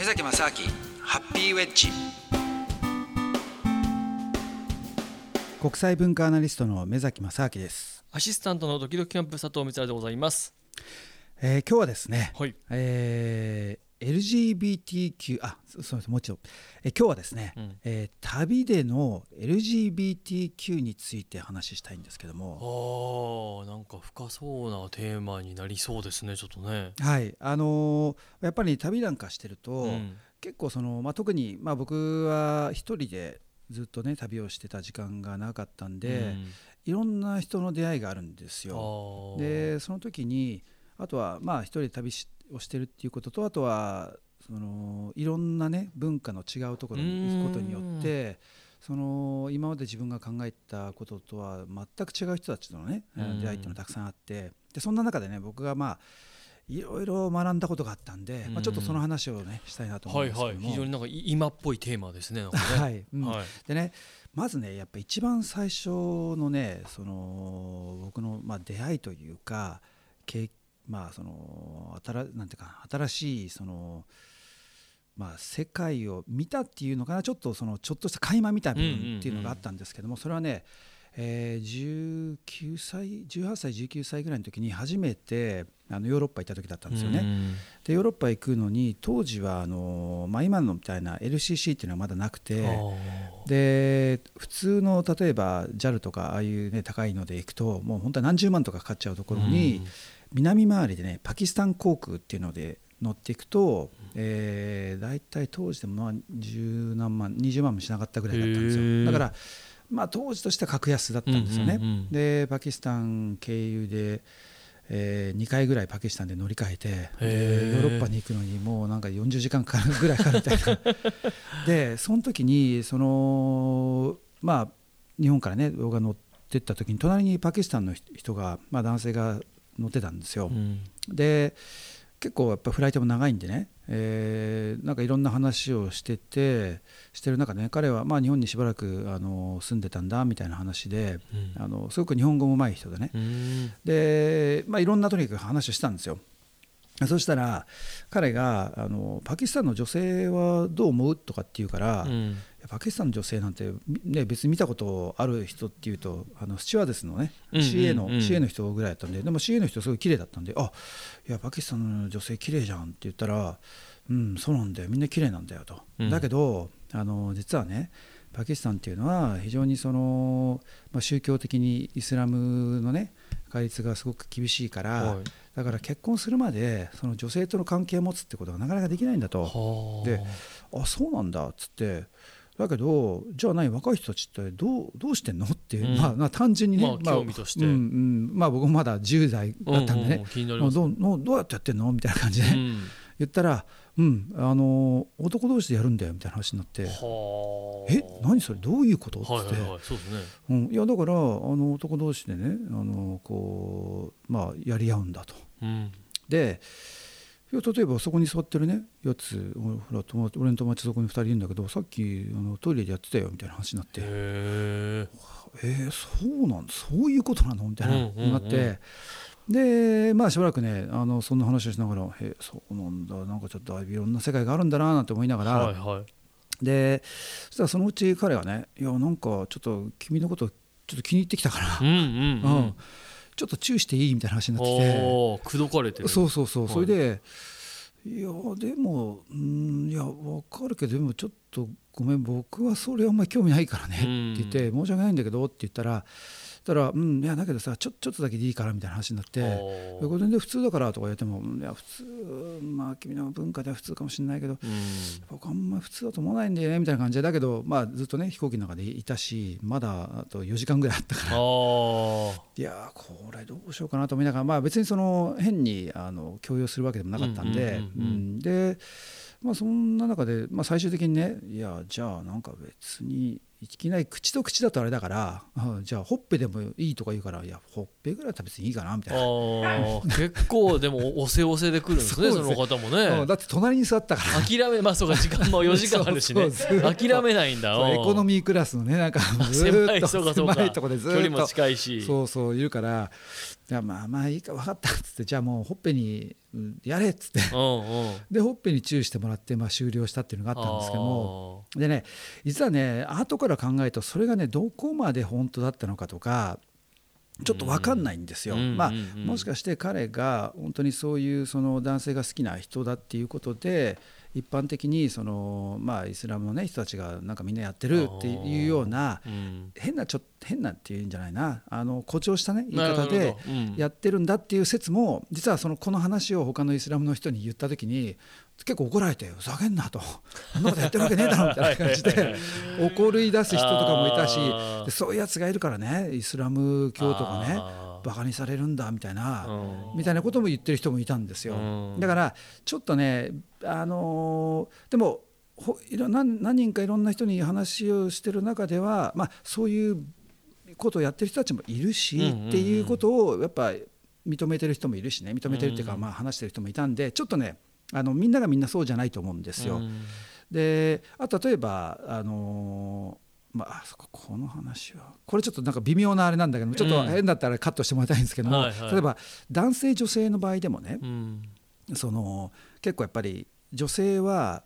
目崎正明ハッピーウェッジ。国際文化アナリストの目崎正明です。 アシスタントのドキドキキャンプ佐藤光でございます。 今日はですね、 はい、 LGBTQ そうです、もう一度、今日はですね、旅での LGBTQ について話したいんですけども、 なんか深そうなテーマになりそうですね。ちょっとね、 はい、やっぱり旅なんかしてると、結構特に、僕は一人でずっとね旅をしてた時間が長かったんで、いろんな人の出会いがあるんですよ。でその時にあとは一人で旅をしてるっていうことと、あとはいろんなね文化の違うところに行くことによって今まで自分が考えたこととは全く違う人たちとのね出会いっていうのがたくさんあって、でそんな中でね僕がいろいろ学んだことがあったんで、ちょっとその話をねしたいなと思うんですけども、 非常になんか今っぽいテーマですね。なんかねでね、まずねやっぱ一番最初のね僕の出会いというかなんていうか新しい世界を見たっていうのかな、ちょっとした垣間見た部分っていうのがあったんですけども、それはね、18歳19歳ぐらいの時に初めてヨーロッパ行った時だったんですよね。でヨーロッパ行くのに当時は今のみたいな LCC っていうのはまだなくて、で普通の例えば JAL とかああいうね高いので行くともう本当は何十万とかかかっちゃうところに、南回りでねパキスタン航空っていうので乗っていくと、だいたい当時でも10何万20万もしなかったぐらいだったんですよ。だから当時としては格安だったんですよね。でパキスタン経由で、2回ぐらいパキスタンで乗り換えて、ヨーロッパに行くのにもうなんか40時間かかるぐらいかかるみたいなでその時に日本からね僕が乗ってった時に隣にパキスタンの人が、男性が乗ってたんですよ。で結構やっぱフライトも長いんでね、なんかいろんな話をしてる中でね、彼は日本にしばらく住んでたんだみたいな話で、すごく日本語も上手い人でね、でいろんなとにかく話をしたんですよ。そしたら彼がパキスタンの女性はどう思うとかって言うから、パキスタンの女性なんて、ね、別に見たことある人っていうとスチュワーデスのね CA の人ぐらいだったんで、でも CA の人すごい綺麗だったんで、いやパキスタンの女性綺麗じゃんって言ったら、そうなんだよ、みんな綺麗なんだよと、だけど実はねパキスタンっていうのは非常に宗教的にイスラムのね戒律がすごく厳しいから、だから結婚するまで女性との関係を持つってことがなかなかできないんだと。でそうなんだっつって、だけどじゃあ若い人たちってどうしてんのっていう、単純にね、 興味として、 僕もまだ10代だったんでね、どうやってやってんのみたいな感じで、言ったら、男同士でやるんだよみたいな話になって、何それどういうことって言って、いやだから男同士でねやり合うんだと。で例えばそこに座ってるねやつ、俺の友達そこに2人いるんだけど、さっきトイレでやってたよみたいな話になって、そうなんだ、そういうことなのみたいななって、でしばらくねそんな話をしながら、そうなんだ、なんかちょっといろんな世界があるんだななんて思いながら、でそしたらそのうち彼がね、いやなんかちょっと君のことちょっと気に入ってきたからちょっとチューしていいみたいな話になってきて、 口説かれてる。 そう、それでいやでもいや分かるけど、でもちょっとごめん、僕はそれあんまり興味ないからねって言って、申し訳ないんだけどって言ったら、いやだけどさちょっとだけでいいからみたいな話になって、これ全然普通だからとか言っても、いや普通君の文化では普通かもしれないけど、僕あんまり普通だと思わないんだよねみたいな感じで、だけどずっとね飛行機の中でいたし、まだあと4時間ぐらいあったから、いやこれどうしようかなと思いながら、別に変に強要するわけでもなかったんで、でそんな中で、最終的にね、いやじゃあなんか別にいきなり口と口だとあれだから、じゃあほっぺでもいいとか言うから、いやほっぺぐらいは別にいいかなみたいな。 結構でもおせおせで来るんですねその方もね。 だって隣に座ったから諦め、そうか、時間も4時間あるしね諦めないんだ。 エコノミークラスのね、なんかずっと狭いとこでずっと距離も近いし、 そういるから、 やまあまあいいか分かったっつって、じゃあもうほっぺにやれっつってうんうんでほっぺにチューしてもらって、終了したっていうのがあったんですけども、でね実はね後から考えるとそれがねどこまで本当だったのかとかちょっと分かんないんですよ。もしかして彼が本当にそういうその男性が好きな人だっていうことで一般的にそのイスラムのね人たちがなんかみんなやってるっていうような変なっていうんじゃないな、誇張したね言い方でやってるんだっていう説も実はこの話を他のイスラムの人に言った時に結構怒られて、ふざけんなと、そんなことやってるわけねえだろみたいな感じで怒り出す人とかもいたし、でそういうやつがいるからねイスラム教とかねバカにされるんだみたいなことも言ってる人もいたんですよ。だからちょっとねでも何人かいろんな人に話をしてる中では、そういうことをやってる人たちもいるし、っていうことをやっぱ認めてる人もいるしね、認めてるっていうか、話してる人もいたんで、ちょっとねみんながみんなそうじゃないと思うんですよ。で例えばこの話はこれちょっとなんか微妙なあれなんだけど、ちょっと変だったらカットしてもらいたいんですけども、例えば男性女性の場合でもね、結構やっぱり女性は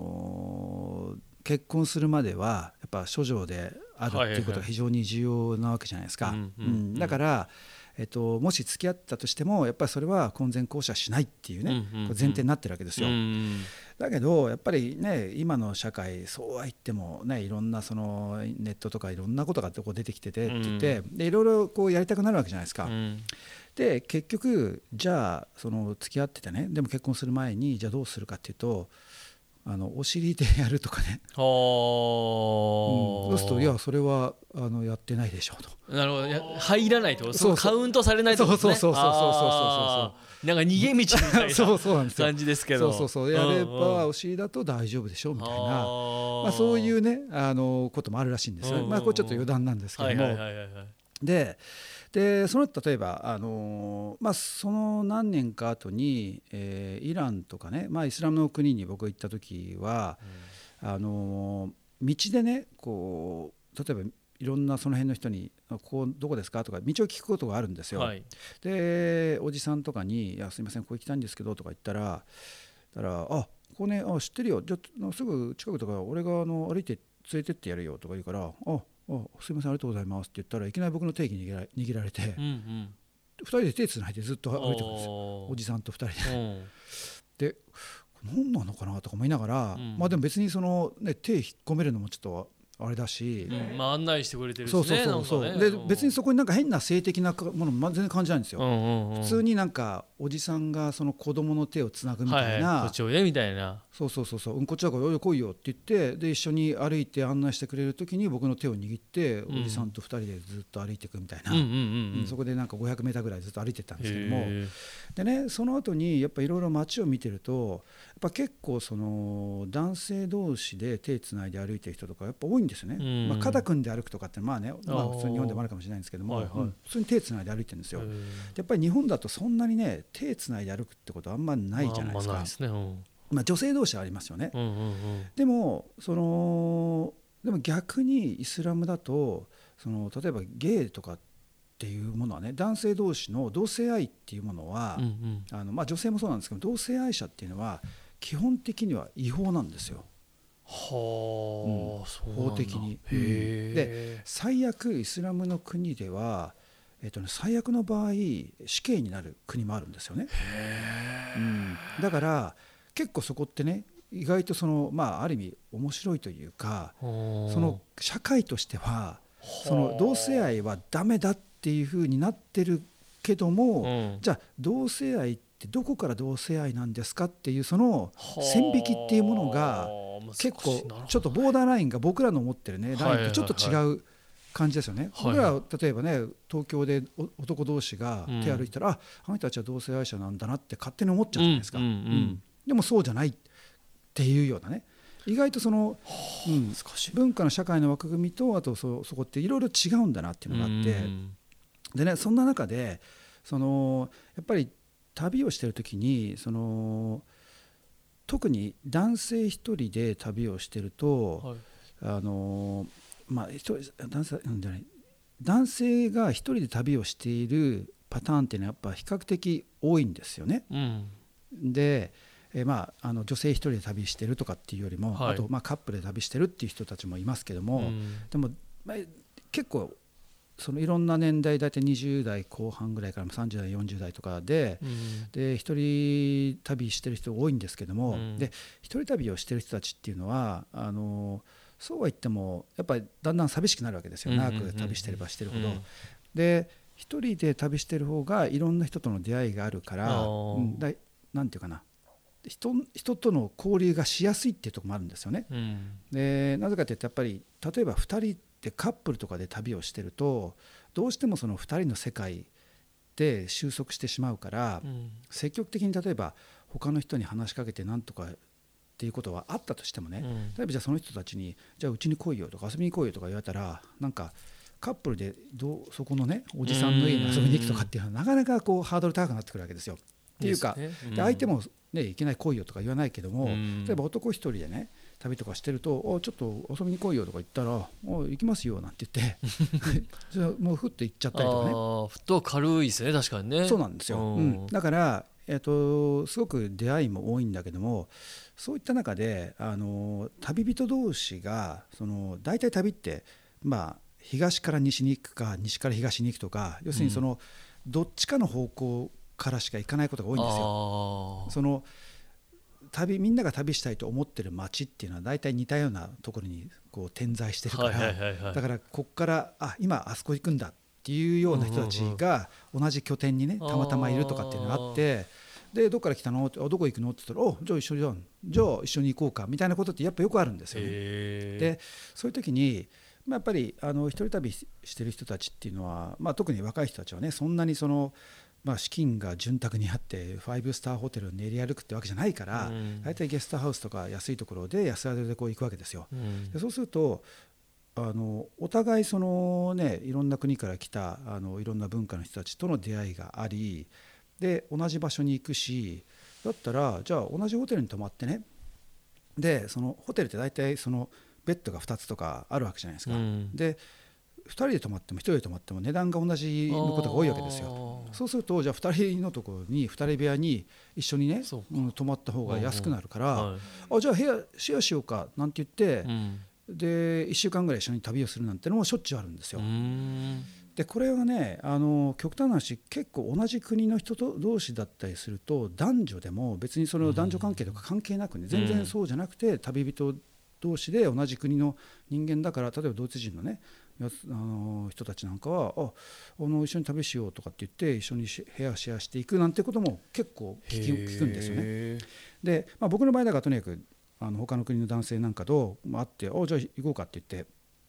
結婚するまではやっぱ処女であるっていうことが非常に重要なわけじゃないですか。だからもし付き合ったとしてもやっぱりそれは婚前交渉はしないっていうね、前提になってるわけですよ。だけどやっぱりね今の社会そうは言ってもねいろんなネットとかいろんなことが出てきててって言ってでいろいろやりたくなるわけじゃないですか。で結局じゃあ付き合っててね、でも結婚する前にじゃあどうするかっていうとお尻でやるとかね、そうするといやそれはやってないでしょうと。 なるほど、入らないってこと、カウントされないってことですね。なんか逃げ道みたいな感じですけど、 やればお尻だと大丈夫でしょみたいな、そういうねこともあるらしいんですよ。これちょっと余談なんですけども、でその例えばその何年か後に、イランとかね、イスラムの国に僕が行った時は、道でね例えばいろんなその辺の人にここどこですかとか道を聞くことがあるんですよ。でおじさんとかにいやすいませんここ行きたいんですけどとか言ったらここね知ってるよ、じゃあすぐ近くとか俺が歩いて連れてってやるよとか言うからすいませんありがとうございますって言ったらいきなり僕の手握られて、2人で手つないでずっと歩いてるんですよ、おじさんと2人で。で何なのかなとか思いながら、でも別に手引っ込めるのもちょっとあれだし、 案内してくれてるしね。 で別にそこになんか変な性的なもの全然感じないんですよ。普通になんかおじさんが子供の手をつなぐみたいな、 こっちおいでみたいな、 こっちだから来いよって言ってで一緒に歩いて案内してくれる時に僕の手を握っておじさんと2人でずっと歩いていくみたいな、そこでなんか500メーターぐらいずっと歩いてったんですけども、でねその後にやっぱいろいろ街を見てるとやっぱ結構男性同士で手つないで歩いてる人とかやっぱ多いんですよね。肩組んで歩くとかって普通に日本でもあるかもしれないんですけども、普通に手つないで歩いてるんですよ。やっぱり日本だとそんなにね手つないで歩くってことはあんまないじゃないですか。女性同士はありますよね。でも逆にイスラムだと例えばゲイとかっていうものはね、男性同士の同性愛っていうものは、女性もそうなんですけど同性愛者っていうのは基本的には違法なんですよ。法的に。で最悪イスラムの国では、最悪の場合死刑になる国もあるんですよね。だから結構そこってね意外とある意味面白いというか、社会としては同性愛はダメだっていう風になってるけども、じゃあ同性愛ってどこから同性愛なんですかっていう線引きっていうものが結構ちょっとボーダーラインが僕らの思ってるねラインとちょっと違う感じですよね。僕らは例えばね東京で男同士が手歩いたら、あの人たちは同性愛者なんだなって勝手に思っちゃうじゃないですか。でもそうじゃないっていうようなね、意外と文化の社会の枠組みとあとそこっていろいろ違うんだなっていうのがあって、でねそんな中でやっぱり旅をしてる時に特に男性一人で旅をしてると、男性が一人で旅をしているパターンっていうのはやっぱ比較的多いんですよね。で、女性一人で旅してるとかっていうよりも、あとカップルで旅してるっていう人たちもいますけども、でも、結構そのいろんな年代、大体20代後半ぐらいから30代40代とかで、一人旅してる人多いんですけども、で一人旅をしてる人たちっていうのはそうは言ってもやっぱりだんだん寂しくなるわけですよ、長く旅してればしてるほど。で一人で旅してる方がいろんな人との出会いがあるから、なんていうかな、人との交流がしやすいっていうところもあるんですよね。でなぜかというとやっぱり例えば2人でカップルとかで旅をしてるとどうしてもその2人の世界で収束してしまうから、積極的に例えば他の人に話しかけてなんとかっていうことはあったとしてもね、例えばじゃあその人たちにじゃあうちに来いよとか遊びに来いよとか言われたら、なんかカップルでそこのねおじさんの家に遊びに行くとかっていうのはなかなかこうハードル高くなってくるわけですよ。っていうか、で相手もねいきなり来いよとか言わないけども、例えば男一人でね旅とかしてると、ちょっと遊びに来いよとか言ったら行きますよなんて言ってもうふっと行っちゃったりとかね。 ふっと軽いですね、確かにね。 そうなんですよ、だから、すごく出会いも多いんだけども、そういった中で旅人同士が大体旅って東から西に行くか西から東に行くとか、要するにどっちかの方向からしか行かないことが多いんですよ。みんなが旅したいと思ってる街っていうのは大体似たようなところにこう点在してるから、だからこっから今あそこ行くんだっていうような人たちが同じ拠点にねたまたまいるとかっていうのがあって、でどっから来たの、どこ行くのって言ったら、じゃあ一緒にじゃあ一緒に行こうかみたいなことってやっぱよくあるんですよね。でそういう時にやっぱり一人旅してる人たちっていうのは、特に若い人たちはね、そんなに資金が潤沢にあって5スターホテルを練り歩くってわけじゃないから、大体ゲストハウスとか安いところで安宿でこう行くわけですよ。でそうするとお互いいろんな国から来たいろんな文化の人たちとの出会いがあり、で同じ場所に行くし、だったらじゃあ同じホテルに泊まってね、でそのホテルって大体ベッドが2つとかあるわけじゃないですか。で2人で泊まっても1人で泊まっても値段が同じのことが多いわけですよ。そうするとじゃあ2人のところに2人部屋に一緒にね、泊まった方が安くなるから、じゃあ部屋シェアしようかなんて言って、で1週間ぐらい一緒に旅をするなんてのもしょっちゅうあるんですよ。でこれはね極端な話、結構同じ国の人同士だったりすると、男女でも別に男女関係とか関係なくね、全然そうじゃなくて旅人同士で同じ国の人間だから、例えばドイツ人のね人たちなんかは一緒に旅しようとかって言って一緒に部屋をシェアしていくなんてことも結構聞くんですよね。で、僕の場合だからとにかく他の国の男性なんかと会って、じゃあ行こうかって言って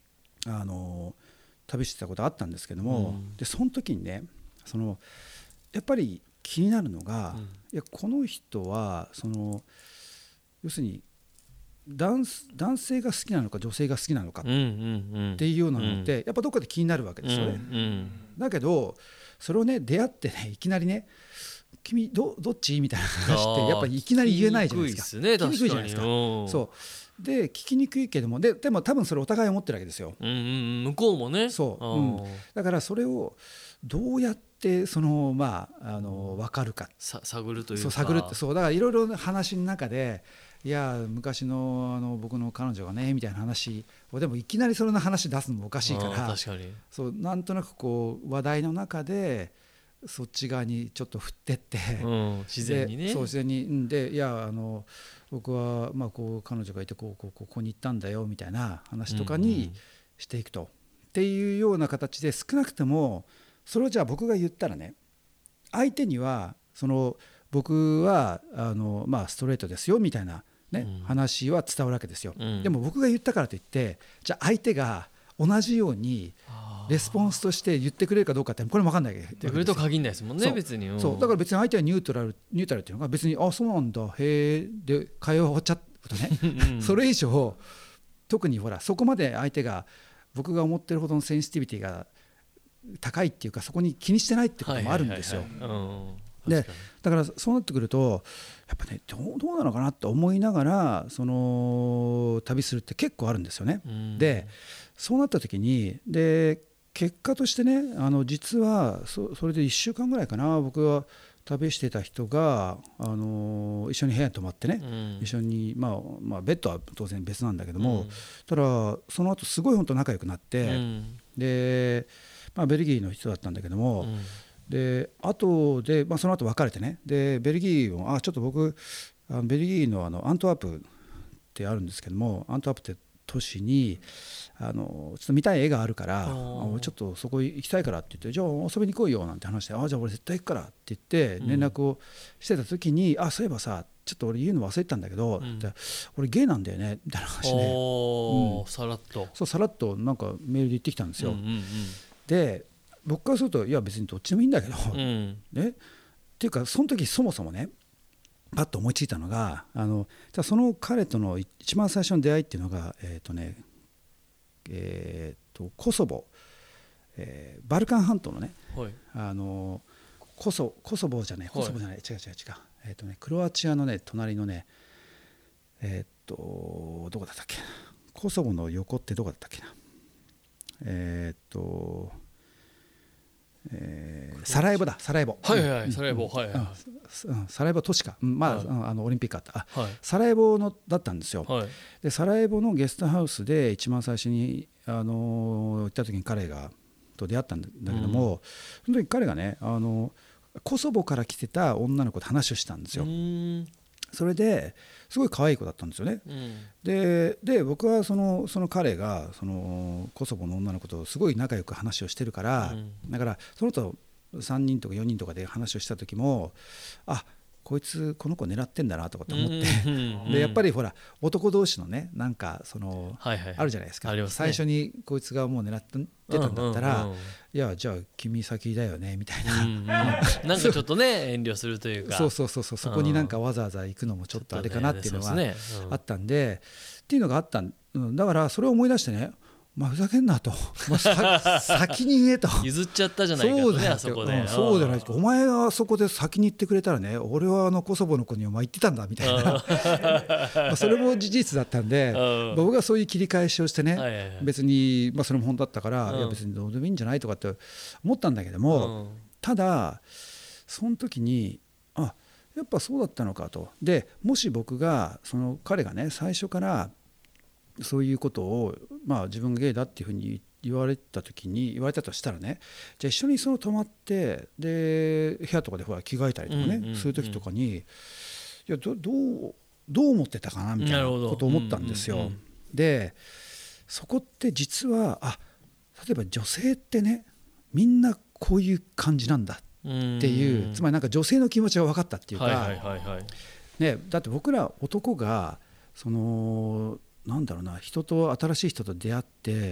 旅してたことあったんですけども、でその時にねやっぱり気になるのが、いやこの人は要するに男性が好きなのか女性が好きなのかっていうようなのってやっぱどっかで気になるわけですよね。だけどそれをね出会ってねいきなりね君どっちみたいな話ってやっぱりいきなり言えないじゃないですか。聞きにくいじゃないですか。そうで聞きにくいけどもでも多分それお互い思ってるわけですよ。 向こうもね。 だからそれをどうやって分かるか探るというか、 探るってだからいろいろ話の中で、いや昔の僕の彼女がねみたいな話をでもいきなりそんな話出すのもおかしいから、 確かになんとなくこう話題の中でそっち側にちょっと振ってって、 自然にね。 自然にでいや僕はこう彼女がいてここに行ったんだよみたいな話とかにしていくと、っていうような形で、少なくともそれをじゃあ僕が言ったらね、相手には僕はストレートですよみたいなね、話は伝わるわけですよ。でも僕が言ったからといってじゃあ相手が同じようにレスポンスとして言ってくれるかどうかってこれも分かんないわけですよ。 言ってくれると限らないですもんね。別にそうだから別に相手はニュートラルっていうのが別にそうなんだへえで会話終わっちゃうとねそれ以上特にそこまで相手が僕が思ってるほどのセンシティビティが高いっていうか、そこに気にしてないってこともあるんですよ。でだからそうなってくるとやっぱねどうなのかなって思いながら旅するって結構あるんですよね。でそうなった時に結果としてね実はそれで1週間ぐらいかな、僕が旅してた人が、一緒に部屋に泊まってね、一緒に、ベッドは当然別なんだけども、ただその後すごい本当仲良くなって、で、ベルギーの人だったんだけども、で後で、その後別れてね、でベルギーをちょっと僕ベルギーのアントワープってあるんですけども、アントワープって都市にちょっと見たい絵があるからちょっとそこ行きたいからって言って、じゃあ遊びに来いよなんて話して、じゃあ俺絶対行くからって言って連絡をしてた時に、そういえばさちょっと俺言うの忘れてたんだけど、俺ゲイなんだよねみたいな話で、 さらっとさらっとなんかメールで言ってきたんですよ。で僕からするといや別にどっちでもいいんだけど、ねっていうかその時そもそもねパッと思いついたのがじゃあその彼との一番最初の出会いっていうのがコソボ、バルカン半島のね、コソボじゃない違う、クロアチアのね隣のねどこだったっけ、コソボの横ってどこだったっけな、サラエボだ、サラエボ、サラエボ、サラエボ都市か、オリンピックあった、サラエボのだったんですよ。でサラエボのゲストハウスで一番最初に行った時に彼がと出会ったんだけども、その時彼がねコソボから来てた女の子と話をしたんですよ。それですごい可愛い子だったんですよね。で僕はその彼がそのコソボの女の子とすごい仲良く話をしてるから、だからそのと3人とか4人とかで話をした時もこいつこの子狙ってんだなとかって思って、でやっぱりほら男同士のねなんかあるじゃないですか、最初にこいつがもう狙ってたんだったら、いやじゃあ君先だよねみたいな、 なんかちょっとね遠慮するというか、 そこになんかわざわざ行くのもちょっとあれかなっていうのがあったんで、っていうのがあっただからそれを思い出してね、ふざけんなと、先に言えと譲っちゃったじゃないかとね、あそこで、 そうじゃないと、お前があそこで先に言ってくれたらね、俺はコソボの子にお前言ってたんだみたいなそれも事実だったんで、僕がそういう切り返しをしてね、別にそれも本当だったから、いや別にどうでもいいんじゃないとかって思ったんだけども、ただその時にやっぱそうだったのかと。でもし僕が彼がね最初からそういうことを、自分がゲイだっていうふうに言われたとしたらね、じゃあ一緒に泊まってで部屋とかで着替えたりとかね、そういう時とかにいやどう思ってたかなみたいなことを思ったんですよ。でそこって実は例えば女性ってねみんなこういう感じなんだっていう、つまりなんか女性の気持ちが分かったっていうか、だって僕ら男がなんだろうな、新しい人と出会って、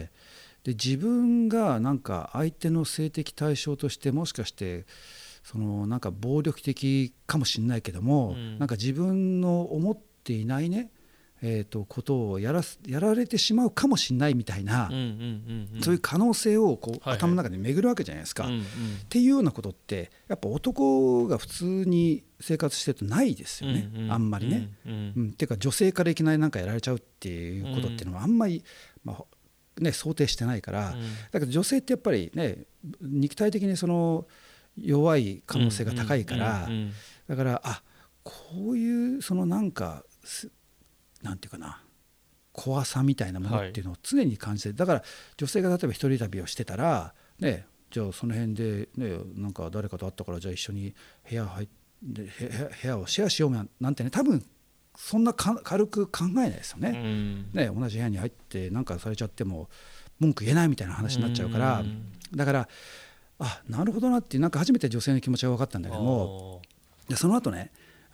で自分がなんか相手の性的対象としてもしかしてなんか暴力的かもしれないけども、なんか自分の思っていないねことをやられてしまうかもしれないみたいな、そういう可能性を頭の中で巡るわけじゃないですか、っていうようなことってやっぱ男が普通に生活してるとないですよね、あんまりね。っていうか女性からいきなりなんかやられちゃうっていうことっていうのはあんまり、想定してないから、だけど女性ってやっぱりね肉体的に弱い可能性が高いから、だからこういうなんかなんていうかな、怖さみたいなものっていうのを常に感じて、だから女性が例えば一人旅をしてたら、じゃあその辺で、なんか誰かと会ったからじゃあ一緒に部屋をシェアしようなんてね、多分そんな軽く考えないですよね。同じ部屋に入ってなんかされちゃっても文句言えないみたいな話になっちゃうから、だからなるほどなってなんか初めて女性の気持ちが分かったんだけども、その後ね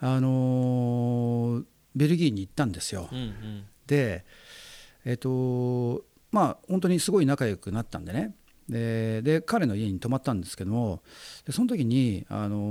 ベルギーに行ったんですよ。で本当にすごい仲良くなったんでね、で彼の家に泊まったんですけども、でその時に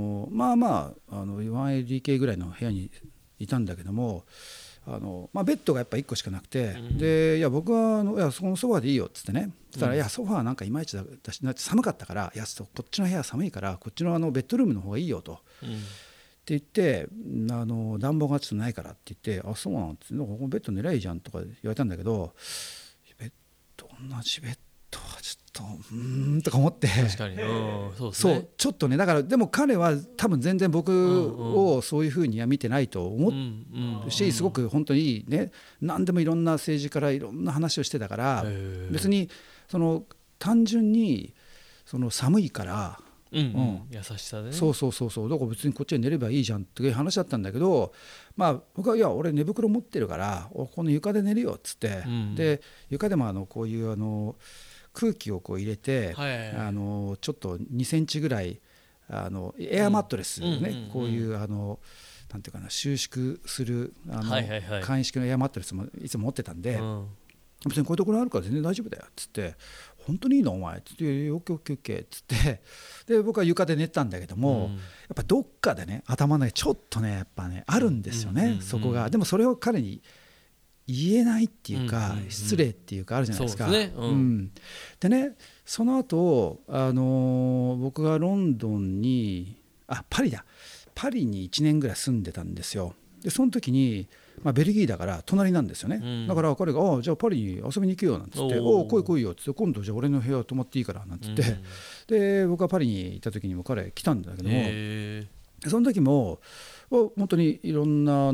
1LDK ぐらいの部屋にいたんだけども、ベッドがやっぱ1個しかなくて、でいや僕はいやそこのソファーでいいよっつってね、そしたらいやソファーなんかいまいちだし寒かったから、いやこっちの部屋寒いからこっちのベッドルームの方がいいよと。って言って暖房がちょっとないからって言ってそうなんです、ここベッド寝りゃいいじゃんとか言われたんだけど、同じベッドはちょっとか思って確かに、そうですね、 そうちょっとねだからでも彼は多分全然僕をそういうふうには見てないと思うし、すごく本当にいいね、何でもいろんな政治からいろんな話をしてたから、別にその単純にその寒いから、 優しさでね、 そうだから別にこっちで寝ればいいじゃんっていう話だったんだけど、まあ僕はいや俺寝袋持ってるからこの床で寝るよっつって、で床でもこういう空気をこう入れて、ちょっと2センチぐらいエアマットレスね、こういうなんていうかな、収縮する簡易式のエアマットレスもいつも持ってたんで、別にこういうところあるから全然大丈夫だよっつって、本当にいいのお前っつって、オッケーオッケーオッケーっつって、で僕は床で寝たんだけども、やっぱどっかでね頭の中ちょっとねやっぱねあるんですよね、そこが。でもそれを彼に言えないっていうか、失礼っていうかあるじゃないですか。でね、その後僕がロンドンにパリに1年ぐらい住んでたんですよ。でその時に、ベルギーだから隣なんですよね、だから彼がじゃあパリに遊びに行くよなんつって、来いよっつって、今度じゃあ俺の部屋泊まっていいからなんつって、で僕がパリに行った時にも彼来たんだけども、その時も本当にいろんな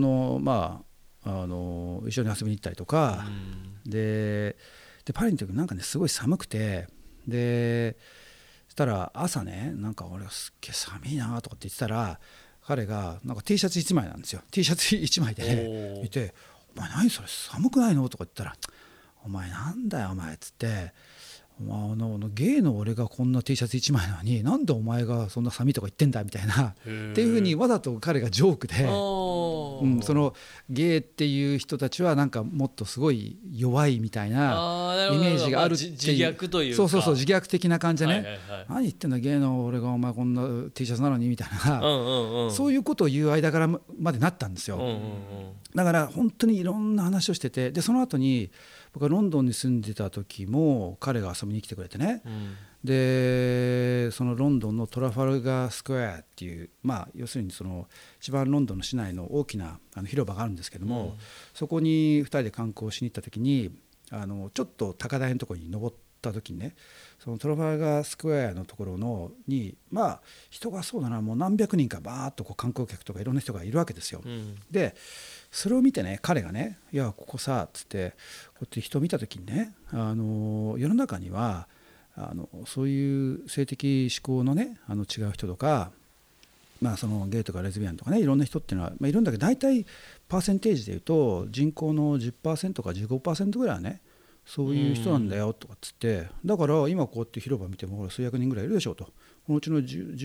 一緒に遊びに行ったりとか、でパリの時なんかねすごい寒くて、でそしたら朝ねなんか俺すっげえ寒いなとかって言ってたら、彼がなんか T シャツ1枚なんですよ。 T シャツ1枚でいて、お前何それ寒くないのとか言ったら、お前なんだよお前っつって、ゲイの俺がこんな T シャツ1枚なのになんでお前がそんな寒いとか言ってんだみたいなっていうふうにわざと彼がジョークで、そのゲイっていう人たちはなんかもっとすごい弱いみたいなイメージがあるっていう、 自虐というか、 そう自虐的な感じでね、何言ってんだゲイの俺がお前こんな T シャツなのにみたいな、そういうことを言う間柄までなったんですよ。だから本当にいろんな話をしてて、でその後に僕がロンドンに住んでた時も彼が遊びに来てくれてね、でそのロンドンのトラファルガースクエアっていう、要するにその一番ロンドンの市内の大きな広場があるんですけども、そこに2人で観光しに行った時にちょっと高台のところに登った時にね、そのトラファルガースクエアのところに人がそうだなもう何百人かバーッとこう観光客とかいろんな人がいるわけですよ。でそれを見てね彼がね、いやここさっつってこうやって人を見た時にね、世の中にはそういう性的指向のね違う人とか、そのゲイとかレズビアンとかねいろんな人っていうのはいるんだけど、大体パーセンテージでいうと人口の 10% か 15% ぐらいはねそういう人なんだよとかっつって、だから今こうやって広場見ても数百人ぐらいいるでしょうと、このうちの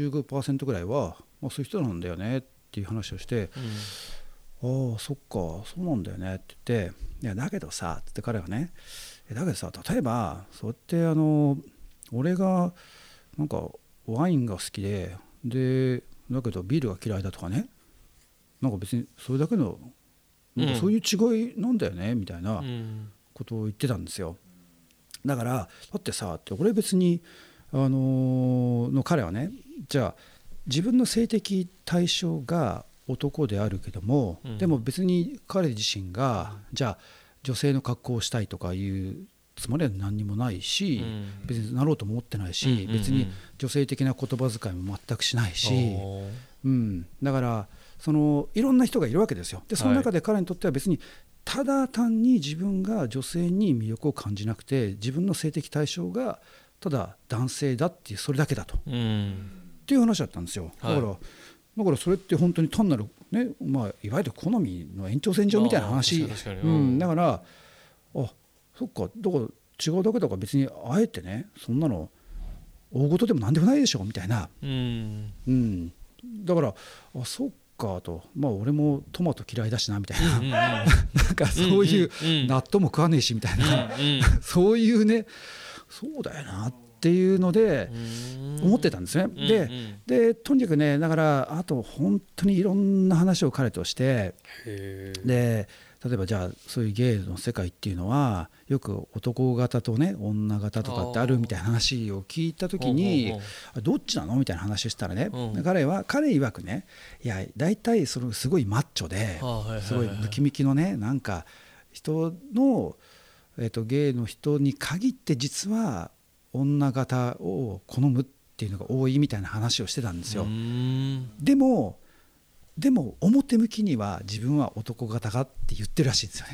15% ぐらいはそういう人なんだよねっていう話をして、ああそっかそうなんだよねって言って、いやだけどさって彼がね、だけどさ例えばそうやって俺がなんかワインが好きでだけどビールが嫌いだとかね、なんか別にそれだけのなんかそういう違いなんだよねみたいなことを言ってたんですよ。だからだってさって俺別に彼はね、じゃあ自分の性的対象が男であるけども、でも別に彼自身がじゃあ女性の格好をしたいとかいうつもりは何にもないし、別になろうとも思ってないし、別に女性的な言葉遣いも全くしないし、だからいろんな人がいるわけですよ。でその中で彼にとっては別にただ単に自分が女性に魅力を感じなくて、自分の性的対象がただ男性だっていうそれだけだと、っていう話だったんですよ。だからそれって本当に単なるね、いわゆる好みの延長線上みたいな話、だからそっかだから違うだけだから別にあえてねそんなの大事でも何でもないでしょみたいな、だからそっかと、俺もトマト嫌いだしなみたいな、なんかそういう納豆も食わねえしみたいな、そういうねそうだよなっていうので思ってたんですね。でとにかくね、だからあと本当にいろんな話を彼として、で例えばじゃあそういうゲイの世界っていうのはよく男型とね女型とかってあるみたいな話を聞いた時に、どっちなのみたいな話をしたらね、彼曰くね、いや大体そのすごいマッチョですごいムキムキのねなんか人のゲイの人に限って実は女型を好むっていうのが多いみたいな話をしてたんですよ。でも表向きには自分は男型がって言ってるらしいんですよね。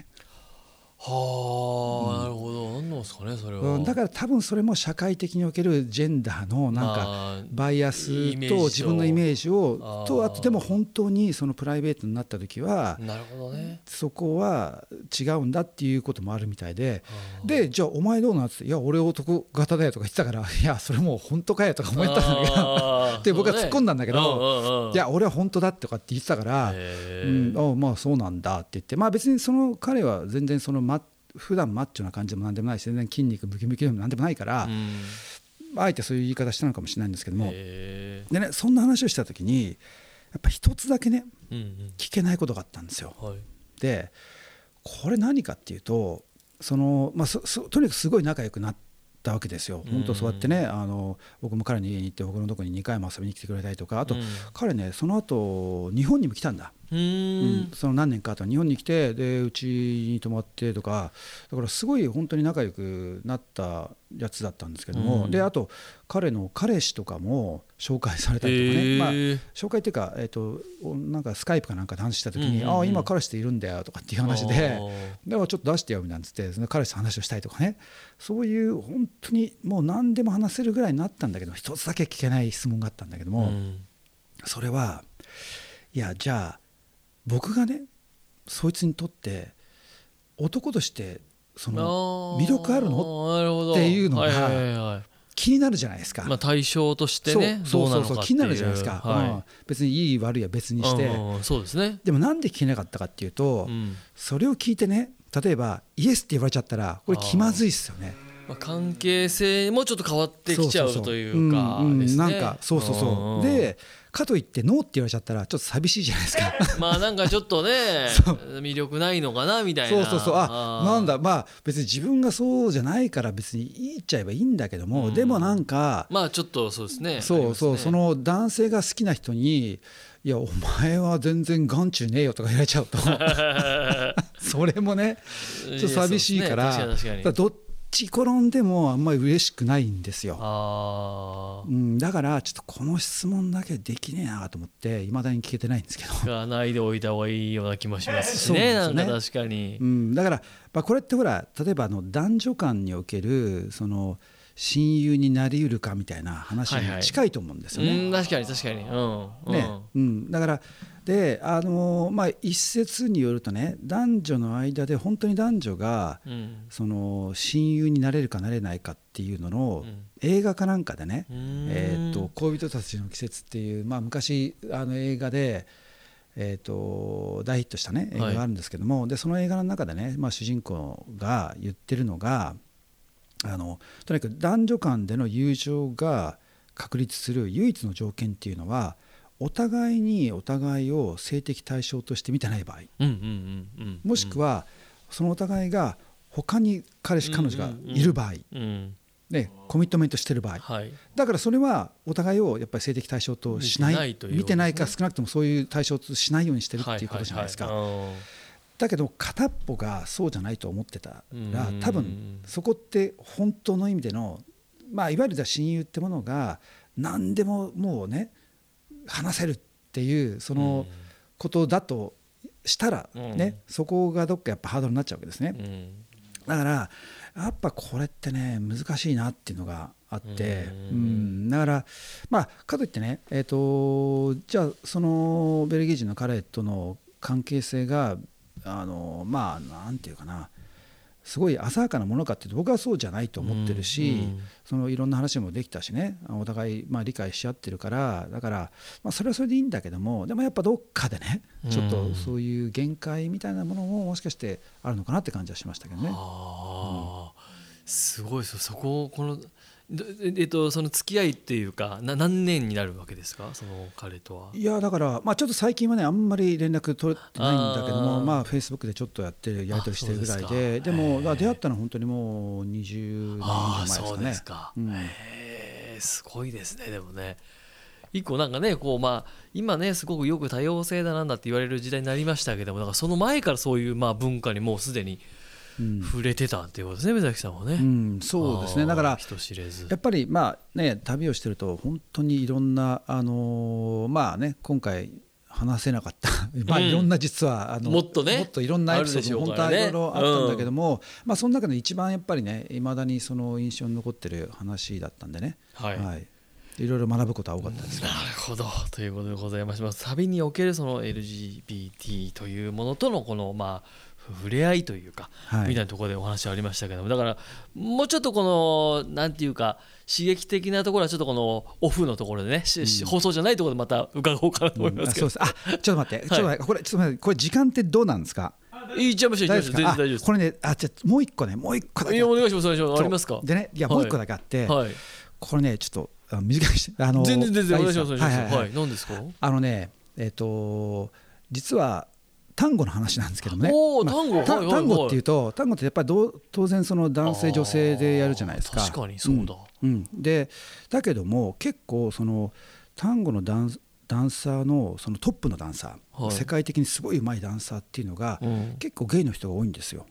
はあ、なるほど。何なんですかねそれは。 だから多分それも社会的におけるジェンダーのなんかバイアスと自分のイメージをと、あとでも本当にそのプライベートになった時はなるほどね、 そこは違うんだっていうこともあるみたいで、じゃあお前どうなんって、いや俺男型だよとか言ってたから、いやそれもう本当かよとか思ったんだけどで僕は突っ込んだんだけど、いや俺は本当だとかって言ってたから、まあそうなんだって言って、まあ別にその彼は全然その普段マッチョな感じでも何でもないし、全然筋肉ムキムキでも何でもないから、あえてそういう言い方したのかもしれないんですけども、でね、そんな話をした時にやっぱ一つだけね、聞けないことがあったんですよ。でこれ何かっていうと、とにかくすごい仲良くなったわけですよ。本当そうやってね、僕も彼の家に行って僕のとこに2回も遊びに来てくれたりとか、あと、彼ねその後日本にも来たんだ。その何年か後日本に来て、でうちに泊まってとか、だからすごい本当に仲良くなったやつだったんですけども、であと彼の彼氏とかも紹介されたりとかね、まあ、紹介っていうか、なんかスカイプかなんかで話した時に、ああ今彼氏っているんだよとかっていう話で、でもちょっと出してよみたいなつって、その彼氏と話をしたりとかね、そういう本当にもう何でも話せるぐらいになったんだけど、一つだけ聞けない質問があったんだけども、それはいやじゃあ僕がねそいつにとって男としてその魅力あるのっていうのが気になるじゃないですか。 まあ、対象としてね、 そう気になるじゃないですか、別にいい悪いは別にして、 そうですね。 でもなんで聞けなかったかっていうと、それを聞いてね、例えばイエスって言われちゃったらこれ気まずいっすよね。 関係性もちょっと変わってきちゃうというかですね。 なんかそうで、かといってノーって言われちゃったらちょっと寂しいじゃないですかまあなんかちょっとね魅力ないのかなみたいな。 なんだ、まあ別に自分がそうじゃないから別に言っちゃえばいいんだけども、でもなんかまあちょっとそうですね。 その男性が好きな人に、いやお前は全然眼中ねえよとか言われちゃうとそれもねちょっと寂しいから、どっち転んでもあんまり嬉しくないんですよ。だからちょっとこの質問だけできねえなと思っていまだに聞けてないんですけどないでおいた方がいいような気もしますしね。なんか確かに、 だから、これってほら例えば男女間におけるその親友になりうるかみたいな話に近いと思うんですよね。 確かにだからで一説によるとね、男女の間で本当に男女がその親友になれるかなれないかっていうのの映画かなんかでね、恋人たちの季節っていう、昔映画で大ヒットしたね映画があるんですけども、でその映画の中でね、主人公が言ってるのがとにかく男女間での友情が確立する唯一の条件っていうのは、お互いにお互いを性的対象として見てない場合、もしくはそのお互いが他に彼氏彼女がいる場合、コミットメントしてる場合、だからそれはお互いをやっぱり性的対象としない見てないか、少なくともそういう対象としないようにしてるっていうことじゃないですか。だけど片っぽがそうじゃないと思ってたら、多分そこって本当の意味での、いわゆる親友ってものが何でももうね話せるっていうそのことだとしたらね、そこがどっかやっぱハードルになっちゃうわけですね。だからやっぱこれってね難しいなっていうのがあって、だからかといってね、じゃあそのベルギー人の彼との関係性がなんていうかな、すごい浅はかなものかっていうと僕はそうじゃないと思ってるし、そのいろんな話もできたしね、お互い理解し合ってるから、だからそれはそれでいいんだけども、でもやっぱどっかでねちょっとそういう限界みたいなものももしかしてあるのかなって感じはしましたけどね。 すごいですよ。そここのその付き合いっていうか何年になるわけですか、その彼とは。いやだからちょっと最近はねあんまり連絡取れてないんだけども、フェイスブックでちょっとやってるやり取りしてるぐらいで、でも出会ったのは本当にもう20年以上前ですかね。 そうですか。すごいですね。でもね一個なんかね今ねすごくよく多様性だなんだって言われる時代になりましたけども、その前からそういう文化にもうすでに触れてたっていうことですね、目崎さんはね。 そうですね。だから人知れずやっぱり旅をしてると本当にいろんな今回話せなかったいろんな実はもっといろんなエピソードも本当はいろいろあったんだけども、その中で一番やっぱりねいまだにその印象に残ってる話だったんでね、いろいろ学ぶことは多かったです。 なるほどということでございまして、旅におけるその LGBT というものとのこの触れ合いというか、みたいなところでお話ありましたけども、だからもうちょっとこのなんていうか刺激的なところはちょっとこのオフのところでね、放送じゃないところでまた伺おうかなと思いますけど、 ちょっと待って、これ時間ってどうなんですか？ いっちゃいましょう、全然大丈夫です。 これね、じゃあもう一個だけ。 お願いします。ありますか？ でね、もう一個だけあって、これねちょっと短くして全然お願いします。何ですか？ 実は単語の話なんですけどね。 単語っていうと、単語ってやっぱり当然その男性女性でやるじゃないですか。 確かにそうだ。 でだけども結構その単語のダンサーのそのトップのダンサー、世界的にすごい上手いダンサーっていうのが、結構ゲイの人が多いんですよ。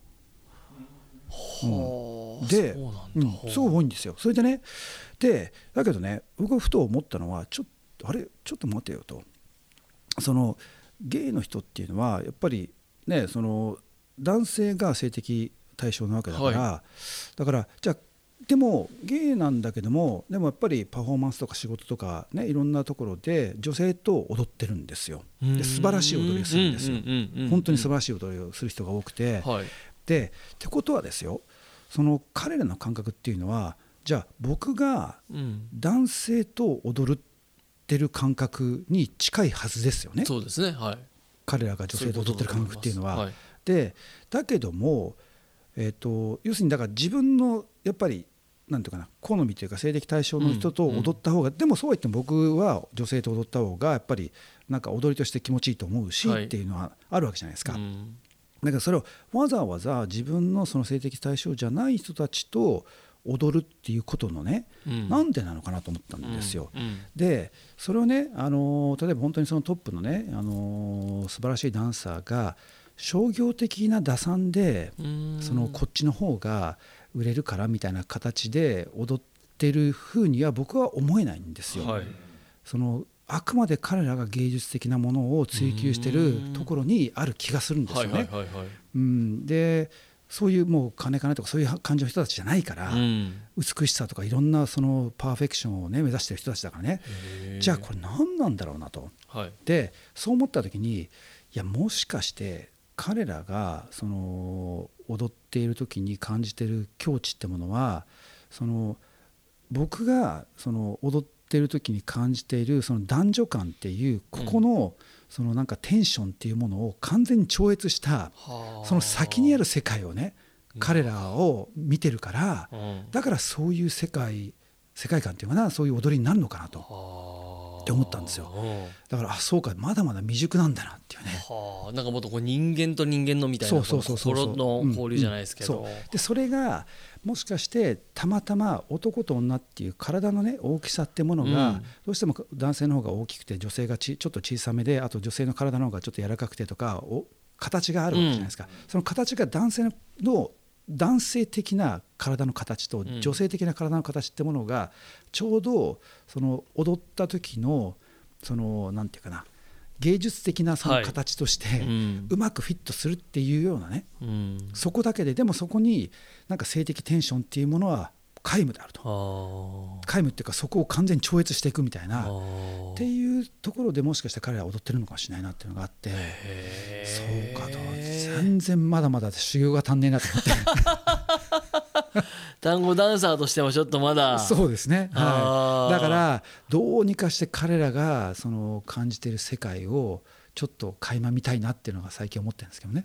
ですごい多いんですよ。それでね、だけどね、僕がふと思ったのはちょっと待てよと、そのゲイの人っていうのはやっぱりね、その男性が性的対象なわけだから、だからじゃあでもゲイなんだけども、でもやっぱりパフォーマンスとか仕事とかね、いろんなところで女性と踊ってるんですよ。で素晴らしい踊りをするんですよ。本当に素晴らしい踊りをする人が多くて、ってことはですよ、その彼らの感覚っていうのは、じゃあ僕が男性と踊ってる感覚に近いはずですよね。 そうですね、 彼らが女性と踊ってる感覚っていうのは。でだけども、要するにだから自分のやっぱりなんていうかな、好みというか性的対象の人と踊った方が、でもそうは言っても僕は女性と踊った方がやっぱりなんか踊りとして気持ちいいと思うし、っていうのはあるわけじゃないですか。だからそれをわざわざ自分のその性的対象じゃない人たちと踊るっていうことのね、なんでなのかなと思ったんですよ。でそれをね、例えば本当にそのトップのね、素晴らしいダンサーが商業的な打算でそのこっちの方が売れるからみたいな形で踊ってる風には僕は思えないんですよ。そのあくまで彼らが芸術的なものを追求してるところにある気がするんですよね。でそういうもう金とかそういう感じの人たちじゃないから、美しさとかいろんなそのパーフェクションをね目指してる人たちだからね。じゃあこれ何なんだろうなと。でそう思った時に、いやもしかして彼らがその踊っている時に感じている境地ってものは、その僕がその踊っている時に感じているその男女間っていうここのそのなんかテンションっていうものを完全に超越したその先にある世界をね、彼らを見てるから、だからそういう世界観っていうかな、そういう踊りになるのかなと。って思ったんですよ。だからそうか、まだまだ未熟なんだなっていうね。 なんかもっとこう人間と人間のみたいな心の交流じゃないですけど、 でそれがもしかしてたまたま男と女っていう体のね大きさってものがどうしても男性の方が大きくて女性がちょっと小さめで、あと女性の体の方がちょっと柔らかくてとか形があるわけじゃないですか。その形が男性的な体の形と女性的な体の形ってものがちょうどその踊った時のそのなんていうかな、芸術的なその形としてうまくフィットするっていうようなね、そこだけで、でもそこになんか性的テンションっていうものは皆無であると。皆無っていうかそこを完全に超越していくみたいなっていうところで、もしかしたら彼らは踊ってるのかもしれないなっていうのがあって、そうかと、全然まだまだ修行が足んねえなと思って単語ダンサーとしてもちょっとまだ。 そうですね、だからどうにかして彼らがその感じている世界をちょっと垣間見たいなっていうのが最近思ってるんですけどね。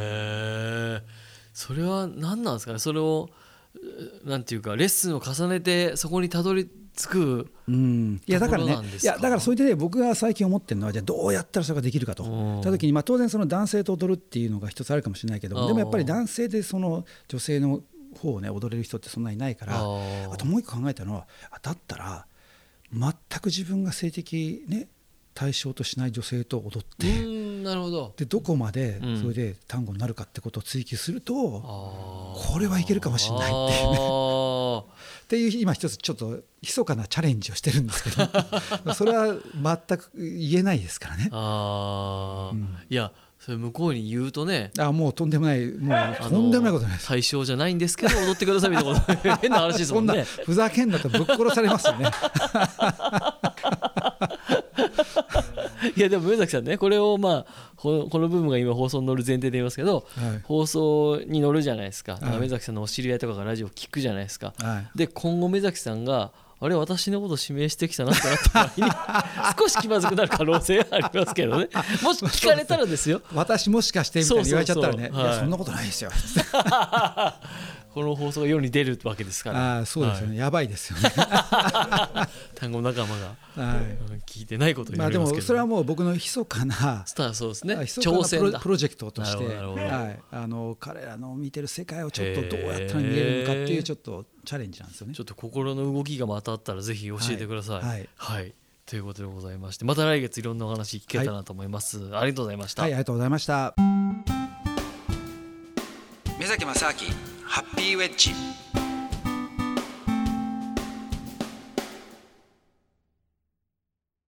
それは何なんですかね。それをなんていうかレッスンを重ねてそこにたどり着く。 いやだからね、だからそれでね、僕が最近思ってるのは、じゃあどうやったらそれができるかとた時に、当然その男性と踊るっていうのが一つあるかもしれないけど、でもやっぱり男性でその女性の方をね踊れる人ってそんなにいないから、あともう一個考えたのは、だったら全く自分が性的ね対象としない女性と踊ってなるほど。 でどこまでそれで単語になるかってことを追求すると、これはいけるかもしれないっていうねっていう今一つちょっと密かなチャレンジをしてるんですけどそれは全く言えないですからね。 いやそれ向こうに言うとね、 もうとんでもない、もうとんでもないことないです。 対象じゃないんですけど踊ってくださいみたいなこと変な話ですもんね。 そんなふざけんなとぶっ殺されますよねいやでも梅崎さんね、これをこの部分が今放送に乗る前提で言いますけど、放送に乗るじゃないですか。梅崎さんのお知り合いとかがラジオ聞くじゃないですか。で今後梅崎さんがあれ私のこと指名してきたなってなった場合に少し気まずくなる可能性ありますけどね。もし聞かれたらですよ私もしかしてみたいに言われちゃったらね、いやそんなことないですよこの放送が世に出るわけですから。 そうですよね、やばいですよね単語仲間が聞いてないことを言われますけど、 でもそれはもう僕の密かなそうですね、 挑戦だプロジェクトとして彼らの見てる世界をちょっとどうやったら見えるのかっていうちょっとチャレンジなんですよね。 ちょっと心の動きがまたあったらぜひ教えてください。はいということでございまして、また来月いろんなお話聞けたらなと思います。ありがとうございました。 ありがとうございました。目崎正明ハッピーウェッジ。